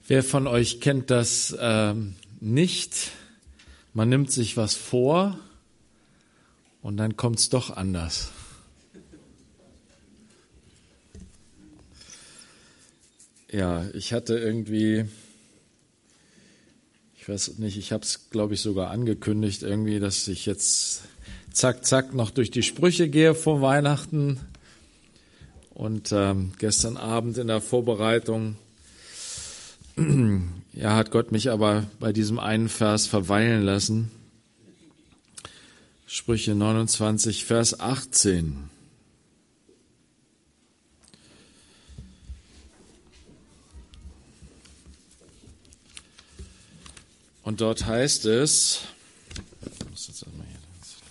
Wer von euch kennt das nicht? Man nimmt sich was vor und dann kommt es doch anders. Ja, ich hatte irgendwie, ich weiß nicht, ich habe es, glaube ich, sogar angekündigt, irgendwie, dass ich jetzt zack, zack noch durch die Sprüche gehe vor Weihnachten. Und gestern Abend in der Vorbereitung, ja, hat Gott mich aber bei diesem einen Vers verweilen lassen. Sprüche 29, Vers 18. Und dort heißt es, ich muss jetzt einmal hier,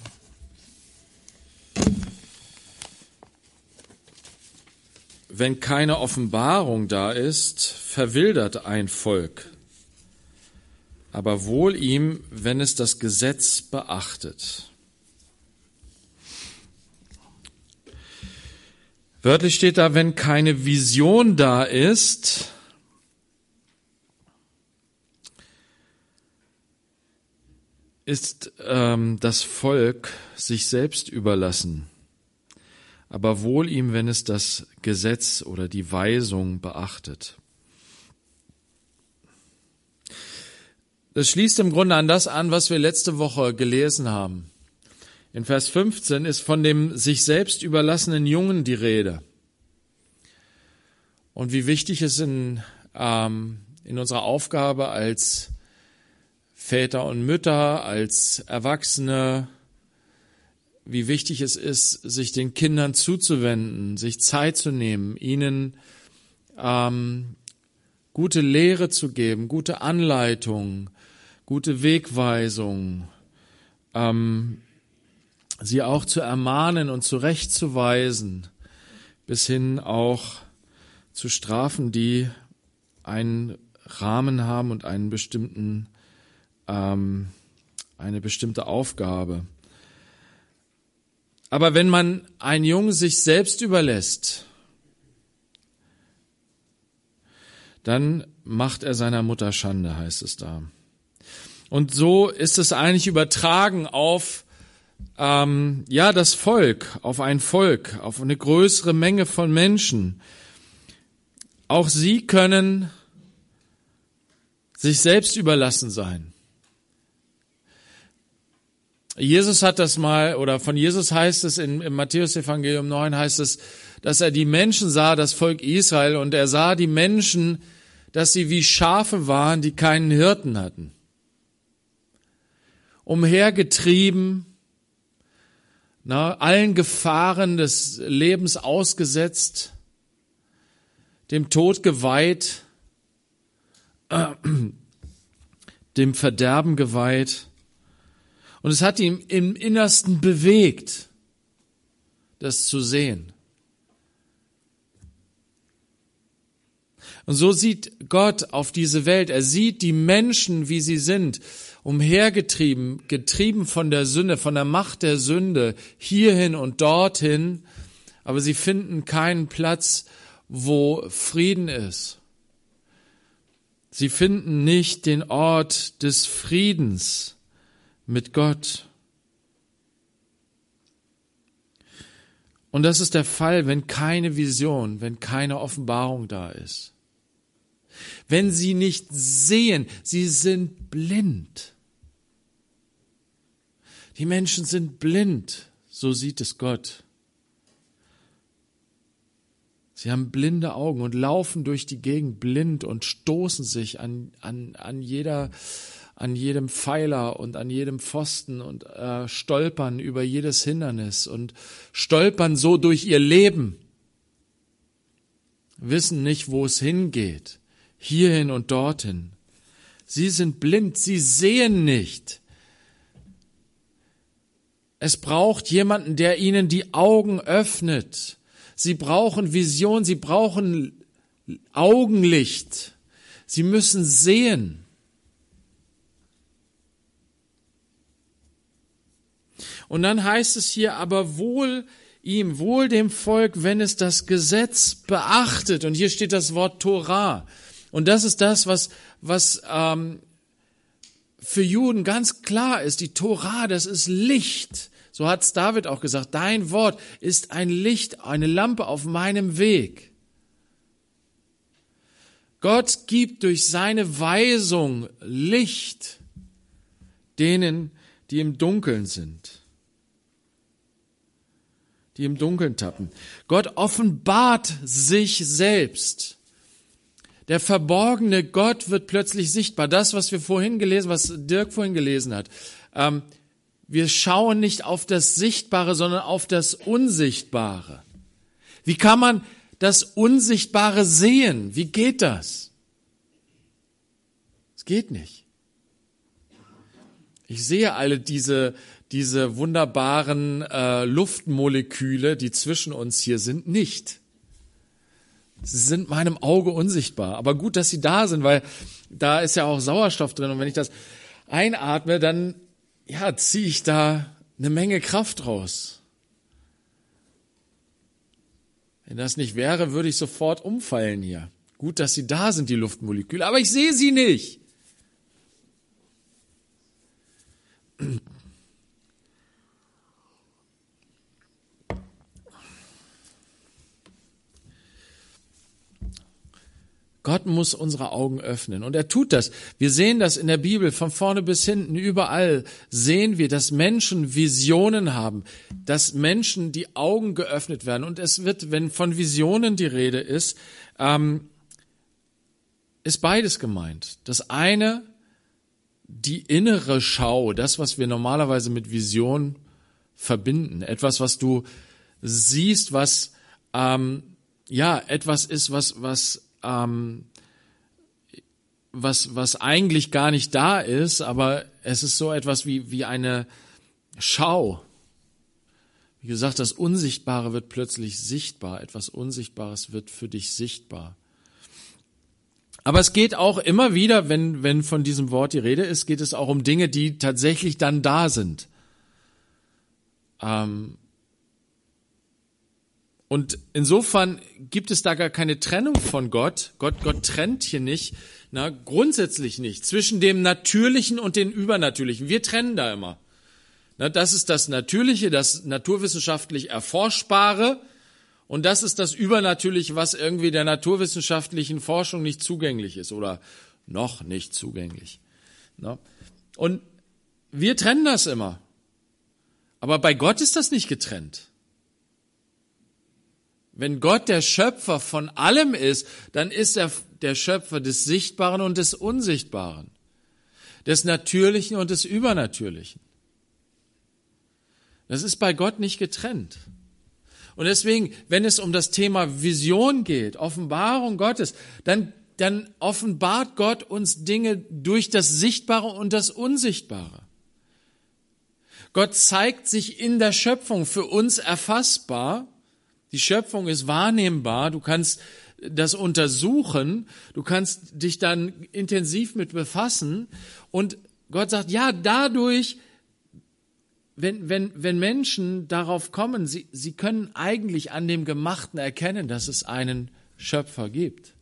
wenn keine Offenbarung da ist, verwildert ein Volk, aber wohl ihm, wenn es das Gesetz beachtet. Wörtlich steht da, wenn keine Vision da ist, ist das Volk sich selbst überlassen. Aber wohl ihm, wenn es das Gesetz oder die Weisung beachtet. Das schließt im Grunde an das an, was wir letzte Woche gelesen haben. In Vers 15 ist von dem sich selbst überlassenen Jungen die Rede. Und wie wichtig es in unserer Aufgabe als Väter und Mütter, als Erwachsene, wie wichtig es ist, sich den Kindern zuzuwenden, sich Zeit zu nehmen, ihnen gute Lehre zu geben, gute Anleitung, gute Wegweisung, sie auch zu ermahnen und zurechtzuweisen, bis hin auch zu Strafen, die einen Rahmen haben und eine bestimmte Aufgabe. Aber wenn man einen Jungen sich selbst überlässt, dann macht er seiner Mutter Schande, heißt es da. Und so ist es eigentlich übertragen auf das Volk, auf ein Volk, auf eine größere Menge von Menschen. Auch sie können sich selbst überlassen sein. Jesus hat das mal, oder von Jesus heißt es im Matthäus-Evangelium 9 heißt es, dass er die Menschen sah, das Volk Israel, und er sah die Menschen, dass sie wie Schafe waren, die keinen Hirten hatten. Umhergetrieben, allen Gefahren des Lebens ausgesetzt, dem Tod geweiht, dem Verderben geweiht. Und es hat ihn im Innersten bewegt, das zu sehen. Und so sieht Gott auf diese Welt. Er sieht die Menschen, wie sie sind, umhergetrieben, getrieben von der Sünde, von der Macht der Sünde, hierhin und dorthin. Aber sie finden keinen Platz, wo Frieden ist. Sie finden nicht den Ort des Friedens mit Gott. Und das ist der Fall, wenn keine Vision, wenn keine Offenbarung da ist. Wenn sie nicht sehen, sie sind blind. Die Menschen sind blind, so sieht es Gott. Sie haben blinde Augen und laufen durch die Gegend blind und stoßen sich an jedem Pfeiler und an jedem Pfosten und stolpern über jedes Hindernis und stolpern so durch ihr Leben, wissen nicht, wo es hingeht, hierhin und dorthin. Sie sind blind, sie sehen nicht. Es braucht jemanden, der ihnen die Augen öffnet. Sie brauchen Vision, sie brauchen Augenlicht. Sie müssen sehen. Und dann heißt es hier, aber wohl ihm, wohl dem Volk, wenn es das Gesetz beachtet. Und hier steht das Wort Torah. Und das ist das, was für Juden ganz klar ist. Die Tora, das ist Licht. So hat's David auch gesagt. Dein Wort ist ein Licht, eine Lampe auf meinem Weg. Gott gibt durch seine Weisung Licht denen, die im Dunkeln sind, die im Dunkeln tappen. Gott offenbart sich selbst. Der verborgene Gott wird plötzlich sichtbar. Das, was Dirk vorhin gelesen hat. Wir schauen nicht auf das Sichtbare, sondern auf das Unsichtbare. Wie kann man das Unsichtbare sehen? Wie geht das? Es geht nicht. Ich sehe alle diese wunderbaren Luftmoleküle, die zwischen uns hier sind, nicht. Sie sind meinem Auge unsichtbar. Aber gut, dass sie da sind, weil da ist ja auch Sauerstoff drin. Und wenn ich das einatme, dann ziehe ich da eine Menge Kraft raus. Wenn das nicht wäre, würde ich sofort umfallen hier. Gut, dass sie da sind, die Luftmoleküle, aber ich sehe sie nicht. Gott muss unsere Augen öffnen und er tut das. Wir sehen das in der Bibel von vorne bis hinten, überall sehen wir, dass Menschen Visionen haben, dass Menschen die Augen geöffnet werden. Und es wird, wenn von Visionen die Rede ist, ist beides gemeint. Das eine, die innere Schau, das, was wir normalerweise mit Vision verbinden. Etwas, was du siehst, was etwas ist, was eigentlich gar nicht da ist, aber es ist so etwas wie eine Schau. Wie gesagt, das Unsichtbare wird plötzlich sichtbar. Etwas Unsichtbares wird für dich sichtbar. Aber es geht auch immer wieder, wenn von diesem Wort die Rede ist, geht es auch um Dinge, die tatsächlich dann da sind. Und insofern gibt es da gar keine Trennung von Gott. Gott trennt hier nicht, grundsätzlich nicht, zwischen dem Natürlichen und dem Übernatürlichen. Wir trennen da immer. Das ist das Natürliche, das naturwissenschaftlich Erforschbare. Und das ist das Übernatürliche, was irgendwie der naturwissenschaftlichen Forschung nicht zugänglich ist oder noch nicht zugänglich. Und wir trennen das immer. Aber bei Gott ist das nicht getrennt. Wenn Gott der Schöpfer von allem ist, dann ist er der Schöpfer des Sichtbaren und des Unsichtbaren, des Natürlichen und des Übernatürlichen. Das ist bei Gott nicht getrennt. Und deswegen, wenn es um das Thema Vision geht, Offenbarung Gottes, dann offenbart Gott uns Dinge durch das Sichtbare und das Unsichtbare. Gott zeigt sich in der Schöpfung für uns erfassbar. Die Schöpfung ist wahrnehmbar, du kannst das untersuchen, du kannst dich dann intensiv mit befassen und Gott sagt, ja, dadurch, wenn Menschen darauf kommen, sie können eigentlich an dem Gemachten erkennen, dass es einen Schöpfer gibt.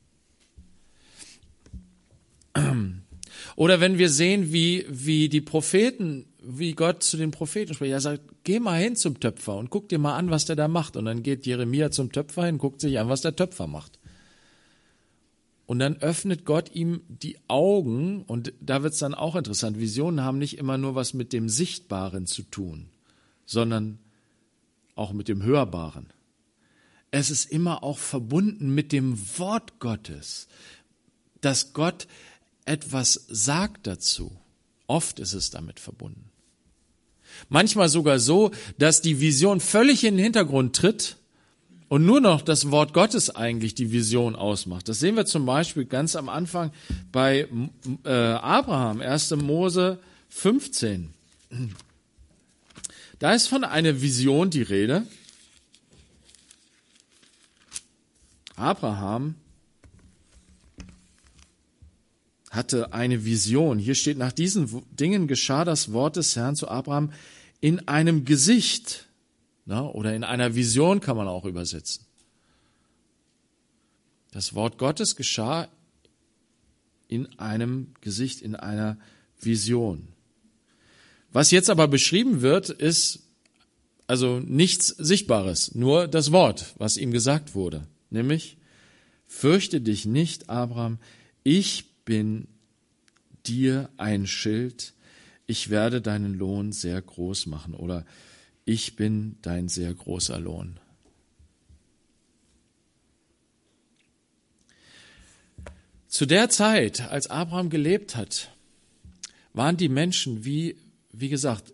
Oder wenn wir sehen, wie die Propheten, wie Gott zu den Propheten spricht. Er sagt, geh mal hin zum Töpfer und guck dir mal an, was der da macht. Und dann geht Jeremia zum Töpfer hin, guckt sich an, was der Töpfer macht. Und dann öffnet Gott ihm die Augen, und da wird's dann auch interessant. Visionen haben nicht immer nur was mit dem Sichtbaren zu tun, sondern auch mit dem Hörbaren. Es ist immer auch verbunden mit dem Wort Gottes, dass Gott etwas sagt dazu. Oft ist es damit verbunden. Manchmal sogar so, dass die Vision völlig in den Hintergrund tritt und nur noch das Wort Gottes eigentlich die Vision ausmacht. Das sehen wir zum Beispiel ganz am Anfang bei Abraham, 1. Mose 15. Da ist von einer Vision die Rede. Abraham hatte eine Vision. Hier steht, nach diesen Dingen geschah das Wort des Herrn zu Abraham in einem Gesicht. Oder in einer Vision kann man auch übersetzen. Das Wort Gottes geschah in einem Gesicht, in einer Vision. Was jetzt aber beschrieben wird, ist also nichts Sichtbares, nur das Wort, was ihm gesagt wurde. Nämlich, fürchte dich nicht, Abraham, ich bin dir ein Schild, ich werde deinen Lohn sehr groß machen. Oder ich bin dein sehr großer Lohn. Zu der Zeit, als Abraham gelebt hat, waren die Menschen wie gesagt,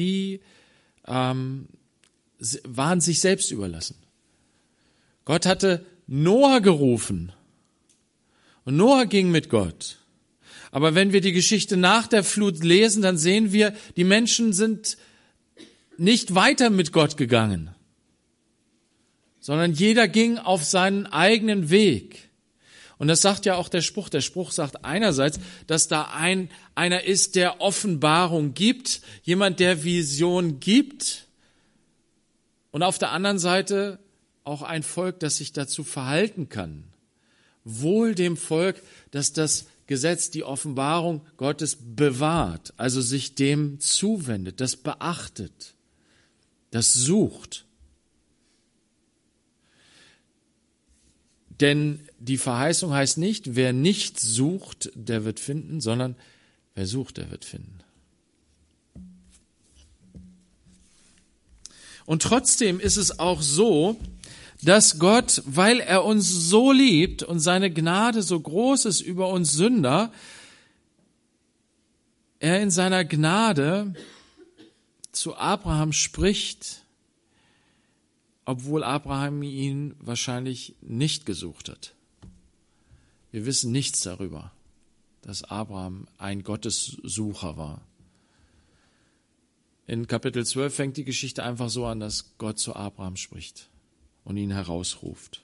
waren sich selbst überlassen. Gott hatte Noah gerufen und Noah ging mit Gott. Aber wenn wir die Geschichte nach der Flut lesen, dann sehen wir, die Menschen sind nicht weiter mit Gott gegangen, sondern jeder ging auf seinen eigenen Weg. Und das sagt ja auch der Spruch. Der Spruch sagt einerseits, dass da einer ist, der Offenbarung gibt, jemand, der Vision gibt. Und auf der anderen Seite auch ein Volk, das sich dazu verhalten kann. Wohl dem Volk, das das Gesetz, die Offenbarung Gottes bewahrt, also sich dem zuwendet, das beachtet, das sucht. Denn die Verheißung heißt nicht, wer nicht sucht, der wird finden, sondern wer sucht, der wird finden. Und trotzdem ist es auch so, dass Gott, weil er uns so liebt und seine Gnade so groß ist über uns Sünder, er in seiner Gnade zu Abraham spricht, obwohl Abraham ihn wahrscheinlich nicht gesucht hat. Wir wissen nichts darüber, dass Abraham ein Gottessucher war. In Kapitel 12 fängt die Geschichte einfach so an, dass Gott zu Abraham spricht und ihn herausruft.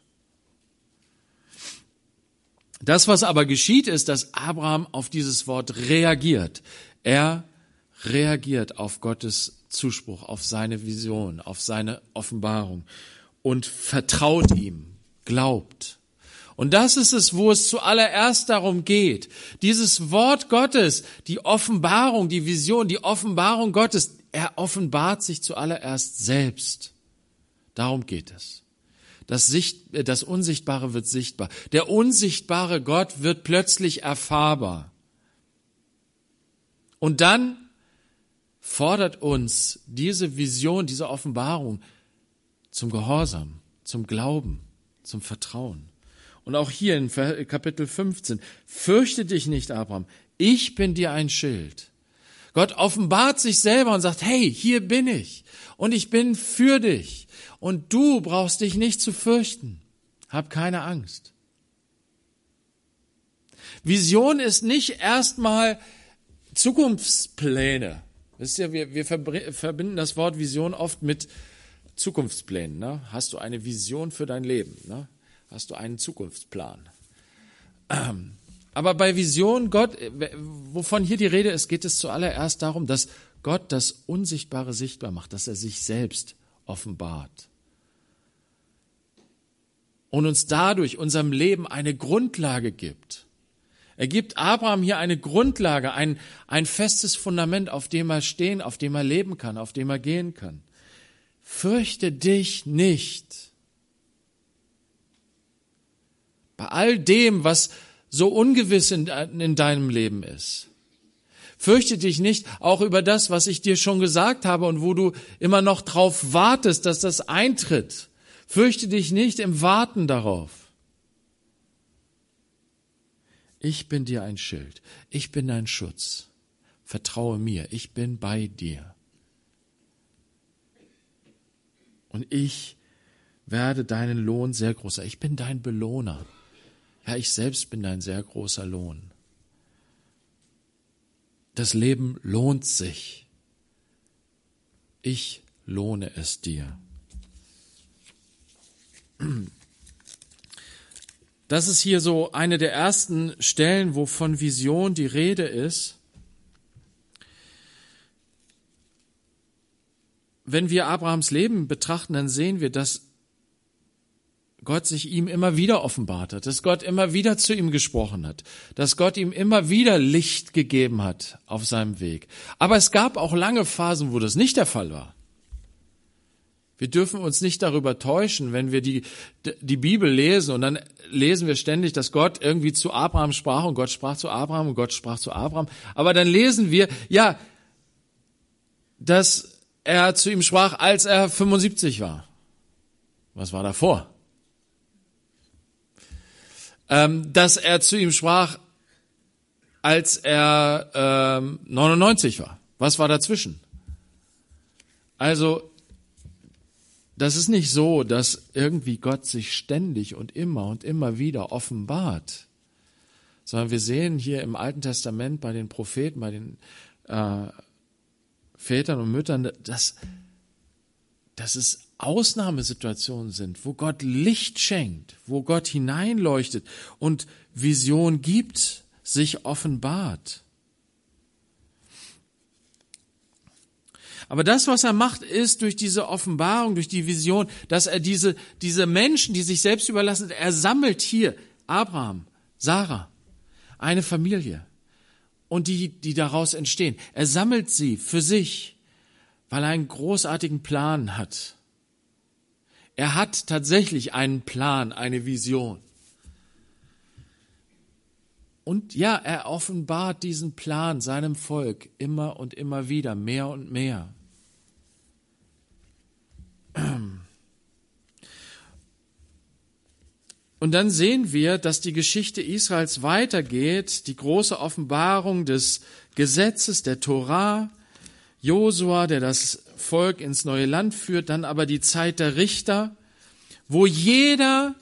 Das, was aber geschieht, ist, dass Abraham auf dieses Wort reagiert. Er reagiert auf Gottes Zuspruch, auf seine Vision, auf seine Offenbarung und vertraut ihm, glaubt. Und das ist es, wo es zuallererst darum geht. Dieses Wort Gottes, die Offenbarung, die Vision, die Offenbarung Gottes, er offenbart sich zuallererst selbst. Darum geht es. Das Unsichtbare wird sichtbar. Der unsichtbare Gott wird plötzlich erfahrbar. Und dann fordert uns diese Vision, diese Offenbarung zum Gehorsam, zum Glauben, zum Vertrauen. Und auch hier in Kapitel 15, fürchte dich nicht, Abraham, ich bin dir ein Schild. Gott offenbart sich selber und sagt, hey, hier bin ich und ich bin für dich und du brauchst dich nicht zu fürchten. Hab keine Angst. Vision ist nicht erstmal Zukunftspläne. Wisst ihr, wir verbinden das Wort Vision oft mit Zukunftsplänen. Ne? Hast du eine Vision für dein Leben? Ne? Hast du einen Zukunftsplan? Aber bei Vision, Gott, wovon hier die Rede ist, geht es zuallererst darum, dass Gott das Unsichtbare sichtbar macht, dass er sich selbst offenbart. Und uns dadurch unserem Leben eine Grundlage gibt. Er gibt Abraham hier eine Grundlage, ein festes Fundament, auf dem er stehen, auf dem er leben kann, auf dem er gehen kann. Fürchte dich nicht. Bei all dem, was so ungewiss in deinem Leben ist. Fürchte dich nicht auch über das, was ich dir schon gesagt habe und wo du immer noch drauf wartest, dass das eintritt. Fürchte dich nicht im Warten darauf. Ich bin dir ein Schild. Ich bin dein Schutz. Vertraue mir. Ich bin bei dir. Und ich werde deinen Lohn sehr groß sein. Ich bin dein Belohner. Ja, ich selbst bin dein sehr großer Lohn. Das Leben lohnt sich. Ich lohne es dir. Das ist hier so eine der ersten Stellen, wo von Vision die Rede ist. Wenn wir Abrahams Leben betrachten, dann sehen wir, dass Gott sich ihm immer wieder offenbart hat, dass Gott immer wieder zu ihm gesprochen hat, dass Gott ihm immer wieder Licht gegeben hat auf seinem Weg. Aber es gab auch lange Phasen, wo das nicht der Fall war. Wir dürfen uns nicht darüber täuschen, wenn wir die Bibel lesen und dann lesen wir ständig, dass Gott irgendwie zu Abraham sprach und Gott sprach zu Abraham und Gott sprach zu Abraham. Aber dann lesen wir, ja, dass er zu ihm sprach, als er 75 war. Was war davor? Dass er zu ihm sprach, als er 99 war. Was war dazwischen? Also, das ist nicht so, dass irgendwie Gott sich ständig und immer wieder offenbart, sondern wir sehen hier im Alten Testament bei den Propheten, bei den Vätern und Müttern, dass es Ausnahmesituationen sind, wo Gott Licht schenkt, wo Gott hineinleuchtet und Vision gibt, sich offenbart. Aber das, was er macht, ist durch diese Offenbarung, durch die Vision, dass er diese Menschen, die sich selbst überlassen, er sammelt hier Abraham, Sarah, eine Familie und die daraus entstehen. Er sammelt sie für sich, weil er einen großartigen Plan hat. Er hat tatsächlich einen Plan, eine Vision. Und ja, er offenbart diesen Plan seinem Volk immer und immer wieder, mehr und mehr. Und dann sehen wir, dass die Geschichte Israels weitergeht, die große Offenbarung des Gesetzes, der Torah, Josua, der das Volk ins neue Land führt, dann aber die Zeit der Richter, wo jeder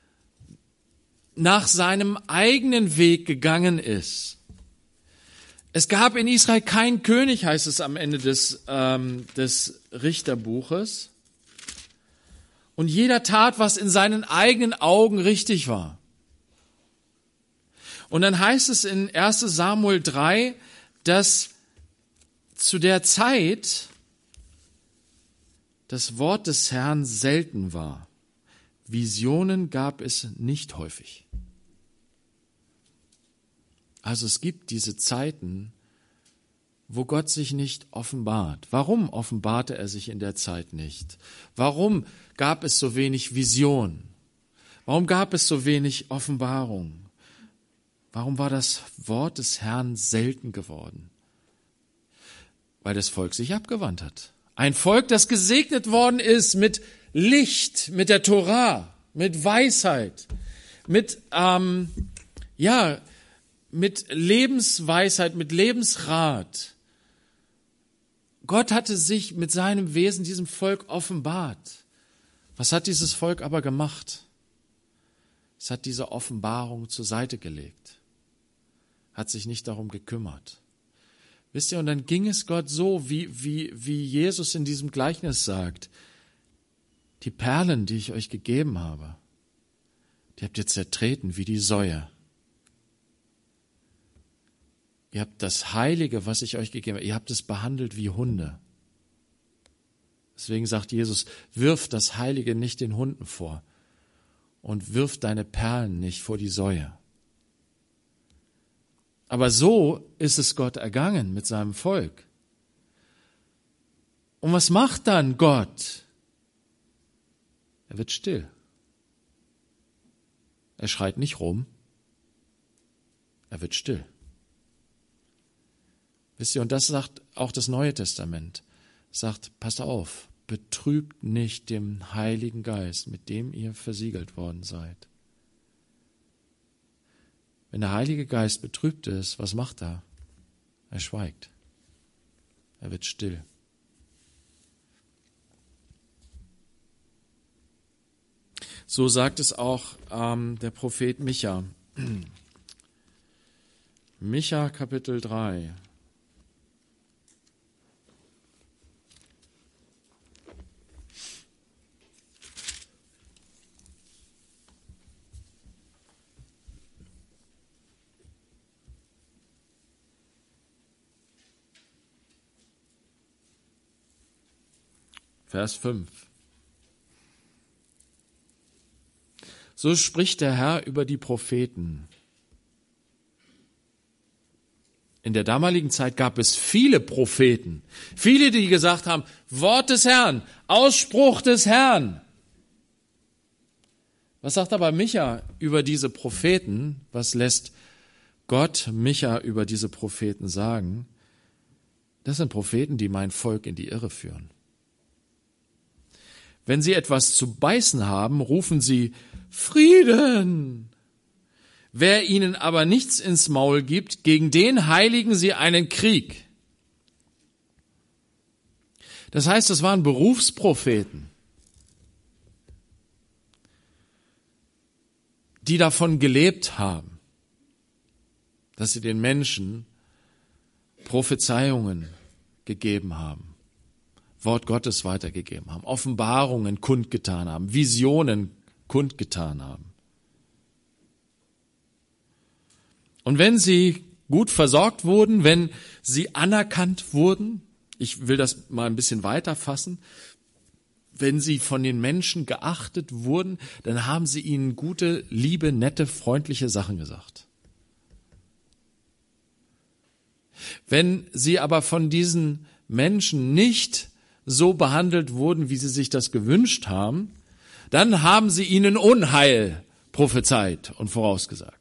nach seinem eigenen Weg gegangen ist. Es gab in Israel keinen König, heißt es am Ende des Richterbuches. Und jeder tat, was in seinen eigenen Augen richtig war. Und dann heißt es in 1 Samuel 3, dass zu der Zeit das Wort des Herrn selten war. Visionen gab es nicht häufig. Also es gibt diese Zeiten, wo Gott sich nicht offenbart. Warum offenbarte er sich in der Zeit nicht? Warum gab es so wenig Vision? Warum gab es so wenig Offenbarung? Warum war das Wort des Herrn selten geworden? Weil das Volk sich abgewandt hat. Ein Volk, das gesegnet worden ist mit Licht, mit der Torah, mit Weisheit, mit Lebensweisheit, mit Lebensrat. Gott hatte sich mit seinem Wesen diesem Volk offenbart. Was hat dieses Volk aber gemacht? Es hat diese Offenbarung zur Seite gelegt, hat sich nicht darum gekümmert. Wisst ihr, und dann ging es Gott so, wie Jesus in diesem Gleichnis sagt, die Perlen, die ich euch gegeben habe, die habt ihr zertreten wie die Säue. Ihr habt das Heilige, was ich euch gegeben habe, ihr habt es behandelt wie Hunde. Deswegen sagt Jesus, wirf das Heilige nicht den Hunden vor und wirf deine Perlen nicht vor die Säue. Aber so ist es Gott ergangen mit seinem Volk. Und was macht dann Gott? Er wird still. Er schreit nicht rum. Er wird still. Wisst ihr, und das sagt auch das Neue Testament. Sagt, passt auf, betrübt nicht den Heiligen Geist, mit dem ihr versiegelt worden seid. Wenn der Heilige Geist betrübt ist, was macht er? Er schweigt. Er wird still. So sagt es auch der Prophet Micha. Micha Kapitel 3. Vers 5. So spricht der Herr über die Propheten. In der damaligen Zeit gab es viele Propheten, viele, die gesagt haben, Wort des Herrn, Ausspruch des Herrn. Was sagt aber Micha über diese Propheten? Was lässt Gott Micha über diese Propheten sagen? Das sind Propheten, die mein Volk in die Irre führen. Wenn sie etwas zu beißen haben, rufen sie Frieden. Wer ihnen aber nichts ins Maul gibt, gegen den heiligen sie einen Krieg. Das heißt, es waren Berufspropheten, die davon gelebt haben, dass sie den Menschen Prophezeiungen gegeben haben, Wort Gottes weitergegeben haben, Offenbarungen kundgetan haben, Visionen kundgetan haben. Und wenn sie gut versorgt wurden, wenn sie anerkannt wurden, ich will das mal ein bisschen weiter fassen, wenn sie von den Menschen geachtet wurden, dann haben sie ihnen gute, liebe, nette, freundliche Sachen gesagt. Wenn sie aber von diesen Menschen nicht so behandelt wurden, wie sie sich das gewünscht haben, dann haben sie ihnen Unheil prophezeit und vorausgesagt.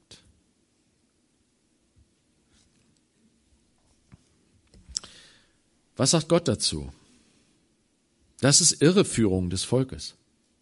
Was sagt Gott dazu? Das ist Irreführung des Volkes.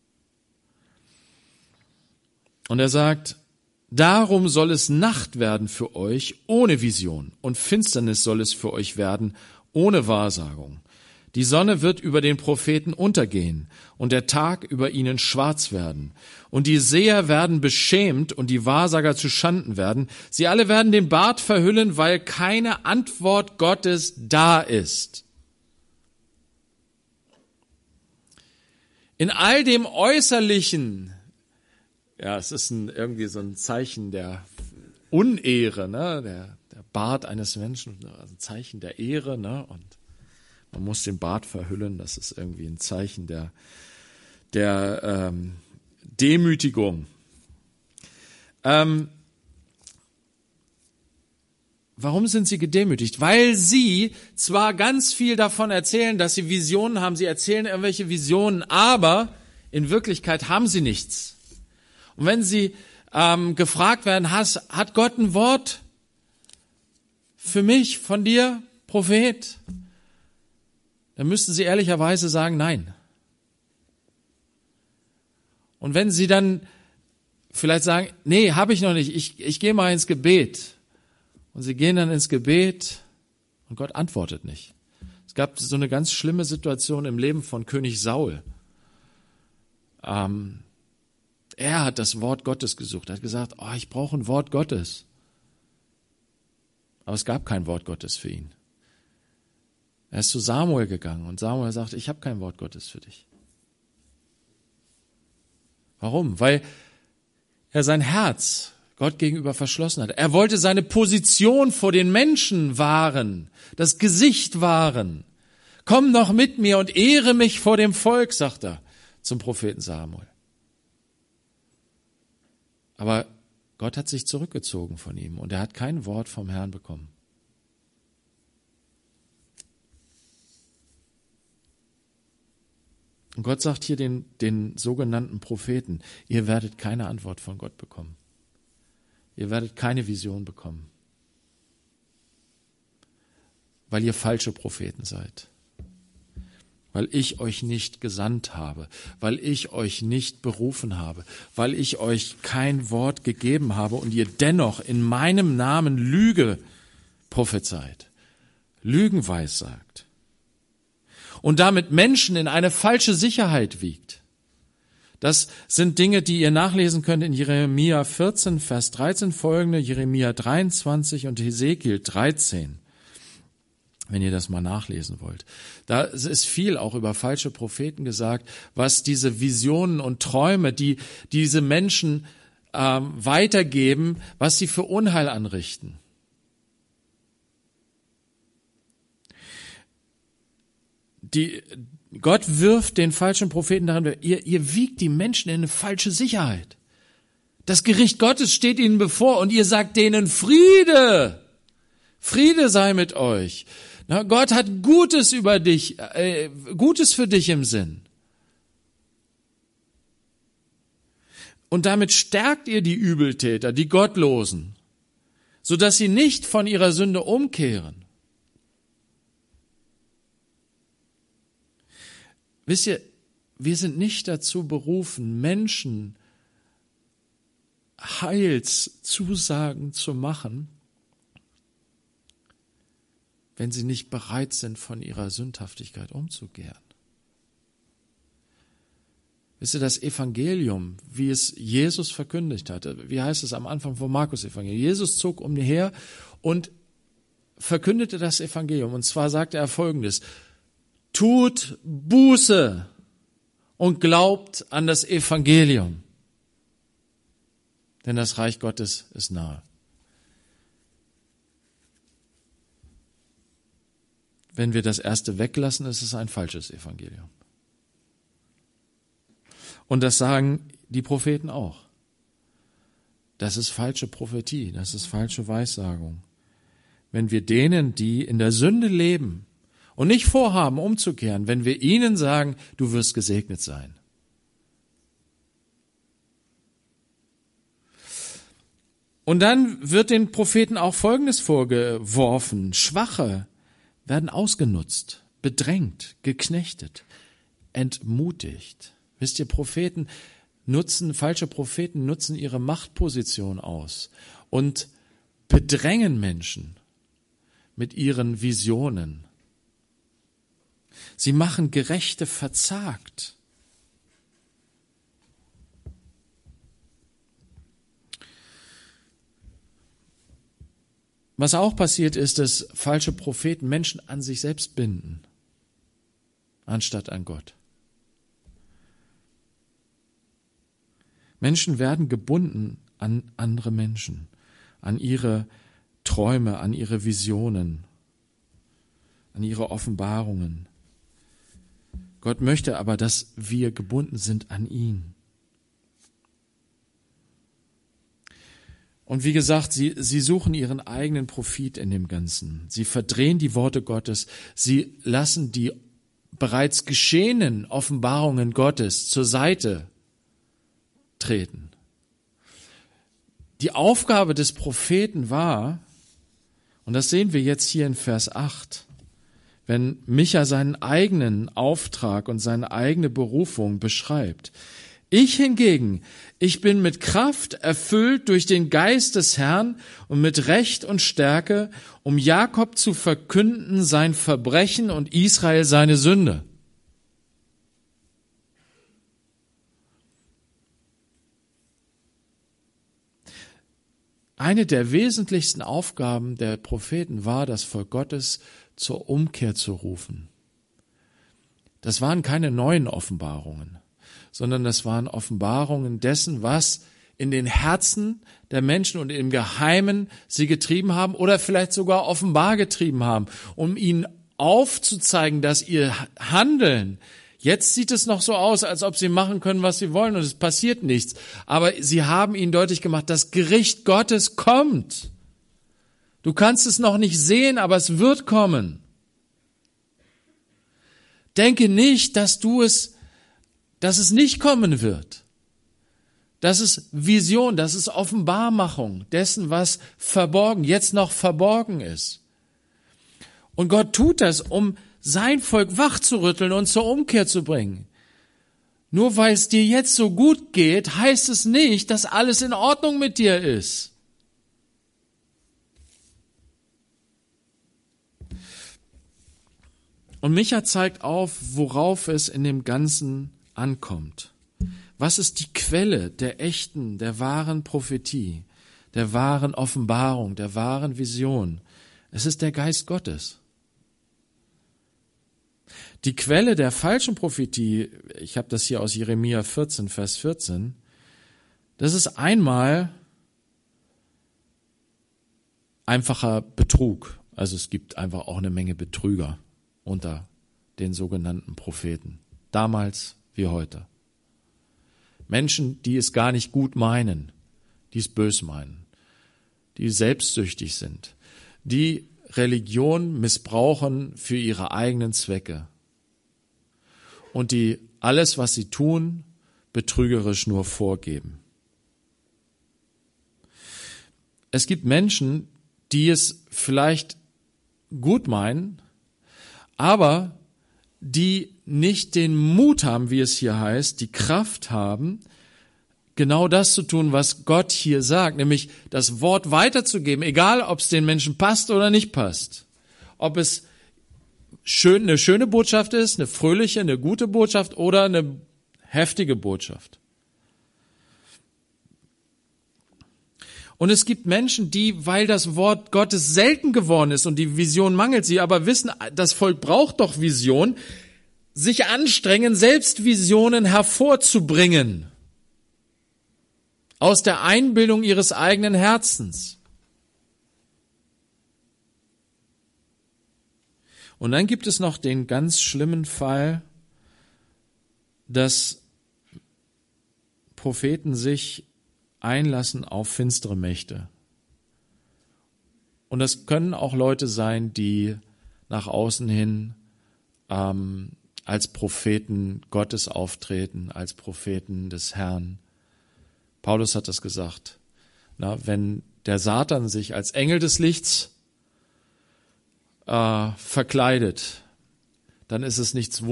Und er sagt, darum soll es Nacht werden für euch ohne Vision und Finsternis soll es für euch werden ohne Wahrsagung. Die Sonne wird über den Propheten untergehen und der Tag über ihnen schwarz werden. Und die Seher werden beschämt und die Wahrsager zu Schanden werden. Sie alle werden den Bart verhüllen, weil keine Antwort Gottes da ist. In all dem Äußerlichen, ja, es ist irgendwie so ein Zeichen der Unehre, ne? Der Bart eines Menschen, ein Zeichen der Ehre, ne? Und man muss den Bart verhüllen, das ist irgendwie ein Zeichen der Demütigung. Warum sind sie gedemütigt? Weil sie zwar ganz viel davon erzählen, dass sie Visionen haben, sie erzählen irgendwelche Visionen, aber in Wirklichkeit haben sie nichts. Und wenn sie gefragt werden, hat Gott ein Wort für mich, von dir, Prophet? Dann müssten sie ehrlicherweise sagen, nein. Und wenn sie dann vielleicht sagen, nee, habe ich noch nicht, ich gehe mal ins Gebet. Und sie gehen dann ins Gebet und Gott antwortet nicht. Es gab so eine ganz schlimme Situation im Leben von König Saul. Er hat das Wort Gottes gesucht. Er hat gesagt, ich brauche ein Wort Gottes. Aber es gab kein Wort Gottes für ihn. Er ist zu Samuel gegangen und Samuel sagt, ich habe kein Wort Gottes für dich. Warum? Weil er sein Herz Gott gegenüber verschlossen hat. Er wollte seine Position vor den Menschen wahren, das Gesicht wahren. Komm noch mit mir und ehre mich vor dem Volk, sagt er zum Propheten Samuel. Aber Gott hat sich zurückgezogen von ihm und er hat kein Wort vom Herrn bekommen. Und Gott sagt hier den sogenannten Propheten, ihr werdet keine Antwort von Gott bekommen. Ihr werdet keine Vision bekommen, weil ihr falsche Propheten seid, weil ich euch nicht gesandt habe, weil ich euch nicht berufen habe, weil ich euch kein Wort gegeben habe und ihr dennoch in meinem Namen Lüge prophezeit, Lügen weissagt und damit Menschen in eine falsche Sicherheit wiegt. Das sind Dinge, die ihr nachlesen könnt in Jeremia 14, Vers 13 folgende, Jeremia 23 und Hesekiel 13, wenn ihr das mal nachlesen wollt. Da ist viel auch über falsche Propheten gesagt, was diese Visionen und Träume, die diese Menschen weitergeben, was sie für Unheil anrichten. Gott wirft den falschen Propheten darin, ihr wiegt die Menschen in eine falsche Sicherheit. Das Gericht Gottes steht ihnen bevor und ihr sagt denen Friede. Friede sei mit euch. Na, Gott hat Gutes über dich, Gutes für dich im Sinn. Und damit stärkt ihr die Übeltäter, die Gottlosen, sodass sie nicht von ihrer Sünde umkehren. Wisst ihr, wir sind nicht dazu berufen, Menschen Heilszusagen zu machen, wenn sie nicht bereit sind, von ihrer Sündhaftigkeit umzukehren. Wisst ihr, das Evangelium, wie es Jesus verkündigt hatte, wie heißt es am Anfang vom Markus-Evangelium? Jesus zog umher und verkündete das Evangelium. Und zwar sagte er Folgendes: Tut Buße und glaubt an das Evangelium, denn das Reich Gottes ist nahe. Wenn wir das erste weglassen, ist es ein falsches Evangelium. Und das sagen die Propheten auch. Das ist falsche Prophetie, das ist falsche Weissagung. Wenn wir denen, die in der Sünde leben und nicht vorhaben, umzukehren, wenn wir ihnen sagen, du wirst gesegnet sein. Und dann wird den Propheten auch Folgendes vorgeworfen: Schwache werden ausgenutzt, bedrängt, geknechtet, entmutigt. Wisst ihr, falsche Propheten nutzen ihre Machtposition aus und bedrängen Menschen mit ihren Visionen. Sie machen Gerechte verzagt. Was auch passiert ist, dass falsche Propheten Menschen an sich selbst binden, anstatt an Gott. Menschen werden gebunden an andere Menschen, an ihre Träume, an ihre Visionen, an ihre Offenbarungen. Gott möchte aber, dass wir gebunden sind an ihn. Und wie gesagt, sie suchen ihren eigenen Profit in dem Ganzen. Sie verdrehen die Worte Gottes. Sie lassen die bereits geschehenen Offenbarungen Gottes zur Seite treten. Die Aufgabe des Propheten war, und das sehen wir jetzt hier in Vers 8, wenn Micha seinen eigenen Auftrag und seine eigene Berufung beschreibt. Ich hingegen, ich bin mit Kraft erfüllt durch den Geist des Herrn und mit Recht und Stärke, um Jakob zu verkünden sein Verbrechen und Israel seine Sünde. Eine der wesentlichsten Aufgaben der Propheten war, das Volk Gottes zur Umkehr zu rufen. Das waren keine neuen Offenbarungen, sondern das waren Offenbarungen dessen, was in den Herzen der Menschen und im Geheimen sie getrieben haben oder vielleicht sogar offenbar getrieben haben, um ihnen aufzuzeigen, dass ihr Handeln, jetzt sieht es noch so aus, als ob sie machen können, was sie wollen und es passiert nichts. Aber sie haben ihnen deutlich gemacht, das Gericht Gottes kommt. Du kannst es noch nicht sehen, aber es wird kommen. Denke nicht, dass es nicht kommen wird. Das ist Vision, das ist Offenbarmachung dessen, was jetzt noch verborgen ist. Und Gott tut das, um sein Volk wachzurütteln und zur Umkehr zu bringen. Nur weil es dir jetzt so gut geht, heißt es nicht, dass alles in Ordnung mit dir ist. Und Micha zeigt auf, worauf es in dem Ganzen ankommt. Was ist die Quelle der echten, der wahren Prophetie, der wahren Offenbarung, der wahren Vision? Es ist der Geist Gottes. Die Quelle der falschen Prophetie, ich habe das hier aus Jeremia 14, Vers 14, das ist einmal einfacher Betrug. Also es gibt einfach auch eine Menge Betrüger unter den sogenannten Propheten, damals wie heute. Menschen, die es gar nicht gut meinen, die es bös meinen, die selbstsüchtig sind, die Religion missbrauchen für ihre eigenen Zwecke und die alles, was sie tun, betrügerisch nur vorgeben. Es gibt Menschen, die es vielleicht gut meinen, aber die nicht den Mut haben, wie es hier heißt, die Kraft haben, genau das zu tun, was Gott hier sagt, nämlich das Wort weiterzugeben, egal ob es den Menschen passt oder nicht passt. Ob es eine schöne Botschaft ist, eine fröhliche, eine gute Botschaft oder eine heftige Botschaft. Und es gibt Menschen, die, weil das Wort Gottes selten geworden ist und die Vision mangelt, sie aber wissen, das Volk braucht doch Vision, sich anstrengen, selbst Visionen hervorzubringen. Aus der Einbildung ihres eigenen Herzens. Und dann gibt es noch den ganz schlimmen Fall, dass Propheten sich einlassen auf finstere Mächte. Und das können auch Leute sein, die nach außen hin als Propheten Gottes auftreten, als Propheten des Herrn. Paulus hat das gesagt. Wenn der Satan sich als Engel des Lichts verkleidet, dann ist es nicht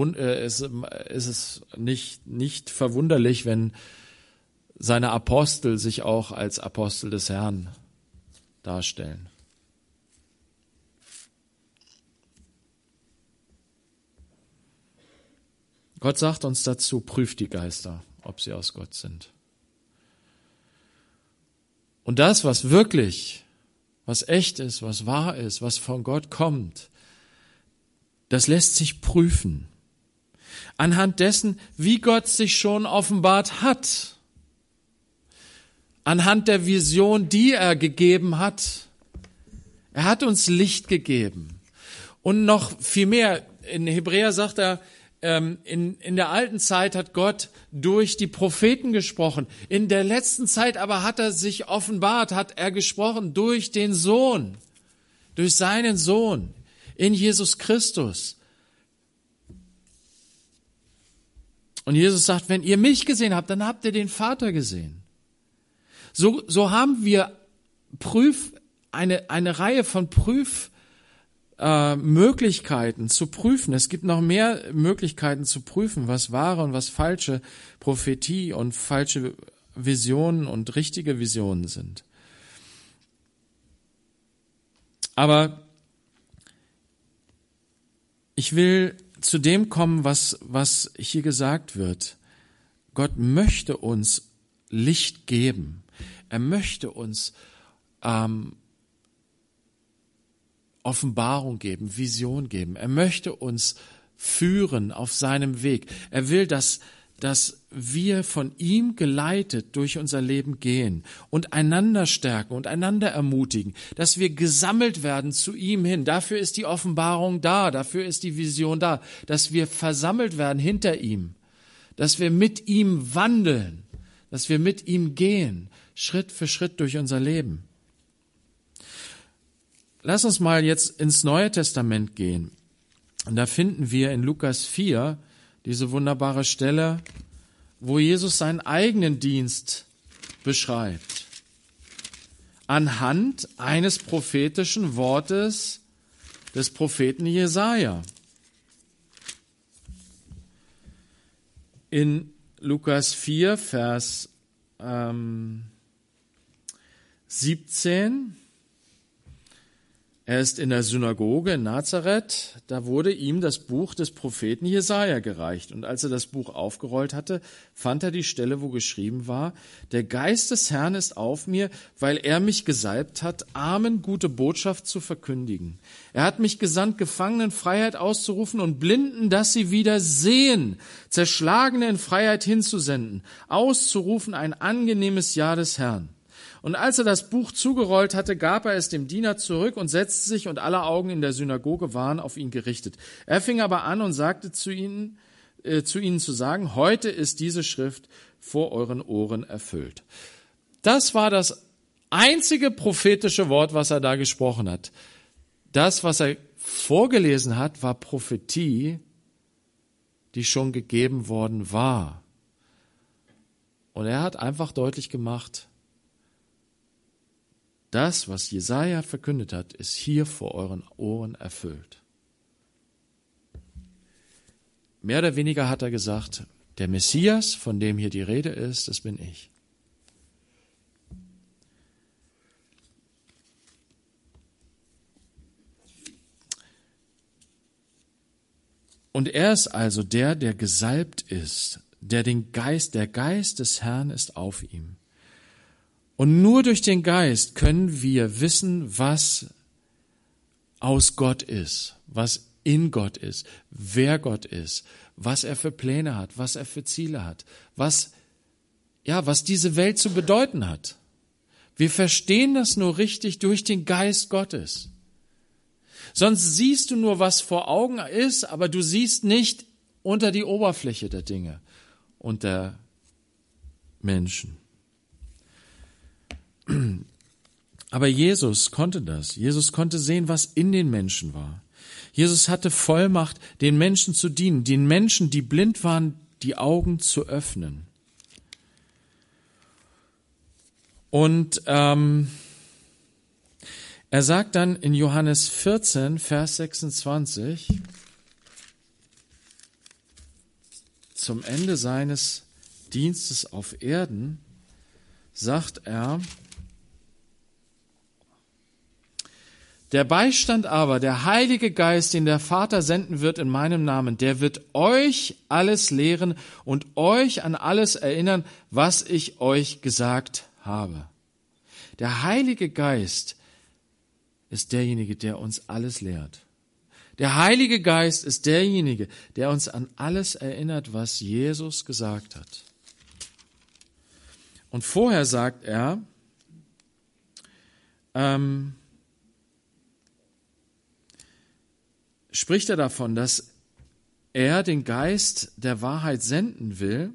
verwunderlich, wenn seine Apostel sich auch als Apostel des Herrn darstellen. Gott sagt uns dazu, prüft die Geister, ob sie aus Gott sind. Und das, was wirklich, was echt ist, was wahr ist, was von Gott kommt, das lässt sich prüfen. Anhand dessen, wie Gott sich schon offenbart hat. Anhand der Vision, die er gegeben hat. Er hat uns Licht gegeben. Und noch viel mehr. In Hebräer sagt er, in der alten Zeit hat Gott durch die Propheten gesprochen. In der letzten Zeit aber hat er sich offenbart, hat er gesprochen durch den Sohn, durch seinen Sohn in Jesus Christus. Und Jesus sagt, wenn ihr mich gesehen habt, dann habt ihr den Vater gesehen. So haben wir eine Reihe von Möglichkeiten zu prüfen. Es gibt noch mehr Möglichkeiten zu prüfen, was wahre und was falsche Prophetie und falsche Visionen und richtige Visionen sind. Aber ich will zu dem kommen, was hier gesagt wird. Gott möchte uns Licht geben. Er möchte uns Offenbarung geben, Vision geben. Er möchte uns führen auf seinem Weg. Er will, dass wir von ihm geleitet durch unser Leben gehen und einander stärken und einander ermutigen, dass wir gesammelt werden zu ihm hin. Dafür ist die Offenbarung da, dafür ist die Vision da, dass wir versammelt werden hinter ihm, dass wir mit ihm wandeln, dass wir mit ihm gehen, Schritt für Schritt durch unser Leben. Lass uns mal jetzt ins Neue Testament gehen. Und da finden wir in Lukas 4 diese wunderbare Stelle, wo Jesus seinen eigenen Dienst beschreibt. Anhand eines prophetischen Wortes des Propheten Jesaja. In Lukas 4, Vers 17. Er ist in der Synagoge in Nazareth, da wurde ihm das Buch des Propheten Jesaja gereicht. Und als er das Buch aufgerollt hatte, fand er die Stelle, wo geschrieben war, der Geist des Herrn ist auf mir, weil er mich gesalbt hat, Armen gute Botschaft zu verkündigen. Er hat mich gesandt, Gefangenen Freiheit auszurufen und Blinden, dass sie wieder sehen, Zerschlagene in Freiheit hinzusenden, auszurufen ein angenehmes Jahr des Herrn. Und als er das Buch zugerollt hatte, gab er es dem Diener zurück und setzte sich, und alle Augen in der Synagoge waren auf ihn gerichtet. Er fing aber an und sagte zu ihnen zu sagen, heute ist diese Schrift vor euren Ohren erfüllt. Das war das einzige prophetische Wort, was er da gesprochen hat. Das, was er vorgelesen hat, war Prophetie, die schon gegeben worden war. Und er hat einfach deutlich gemacht, das, was Jesaja verkündet hat, ist hier vor euren Ohren erfüllt. Mehr oder weniger hat er gesagt, der Messias, von dem hier die Rede ist, das bin ich. Und er ist also der gesalbt ist, der Geist des Herrn ist auf ihm. Und nur durch den Geist können wir wissen, was aus Gott ist, was in Gott ist, wer Gott ist, was er für Pläne hat, was er für Ziele hat, was diese Welt zu bedeuten hat. Wir verstehen das nur richtig durch den Geist Gottes. Sonst siehst du nur, was vor Augen ist, aber du siehst nicht unter die Oberfläche der Dinge und der Menschen. Aber Jesus konnte das. Jesus konnte sehen, was in den Menschen war. Jesus hatte Vollmacht, den Menschen zu dienen, den Menschen, die blind waren, die Augen zu öffnen. Und er sagt dann in Johannes 14, Vers 26, zum Ende seines Dienstes auf Erden, sagt er, der Beistand aber, der Heilige Geist, den der Vater senden wird in meinem Namen, der wird euch alles lehren und euch an alles erinnern, was ich euch gesagt habe. Der Heilige Geist ist derjenige, der uns alles lehrt. Der Heilige Geist ist derjenige, der uns an alles erinnert, was Jesus gesagt hat. Und vorher sagt er, spricht er davon, dass er den Geist der Wahrheit senden will.